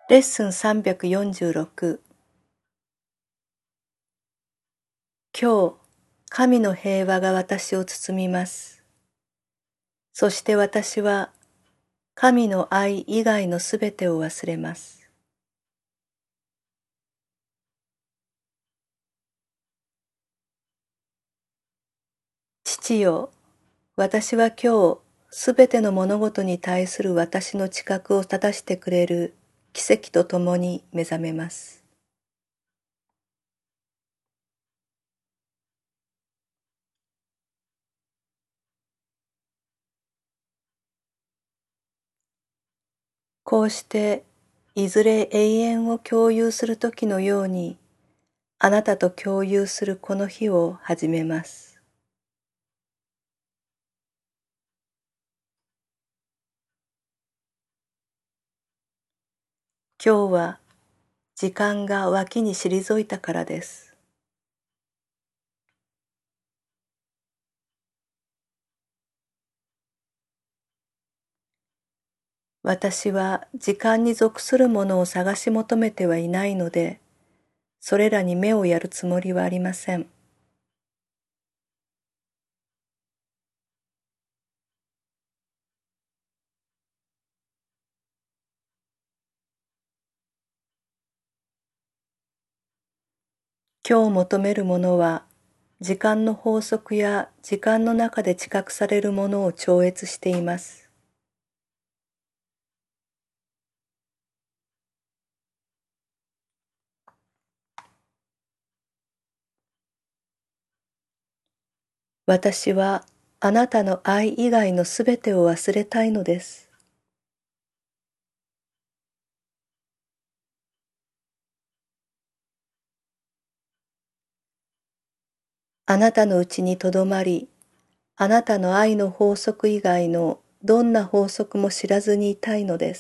レッスン346。今日、神の平和が私を包みます。そして私は、神の愛以外のすべてを忘れます。父よ、私は今日、すべての物事に対する私の知覚を正してくれる奇跡とともに目覚めます。こうして、いずれ永遠を共有するときのように、あなたと共有するこの日を始めます。今日は時間が脇に退いたからです。私は時間に属するものを探し求めてはいないので、それらに目をやるつもりはありません。今日求めるものは、時間の法則や時間の中で知覚されるものを超越しています。私はあなたの愛以外のすべてを忘れたいのです。あなたのうちにとどまり、あなたの愛の法則以外のどんな法則も知らずにいたいのです。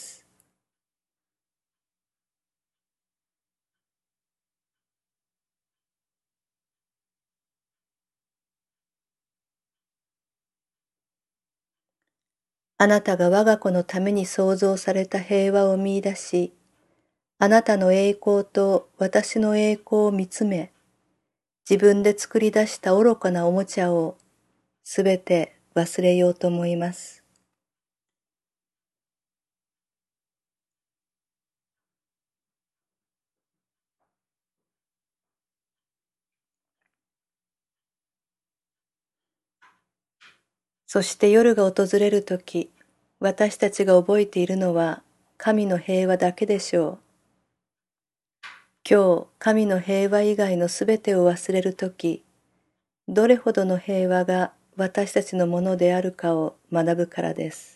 あなたが我が子のために創造された平和を見出し、あなたの栄光と私の栄光を見つめ、自分で作り出した愚かなおもちゃをすべて忘れようと思います。そして夜が訪れるとき、私たちが覚えているのは神の平和だけでしょう。今日、神の平和以外のすべてを忘れるとき、どれほどの平和が私たちのものであるかを学ぶからです。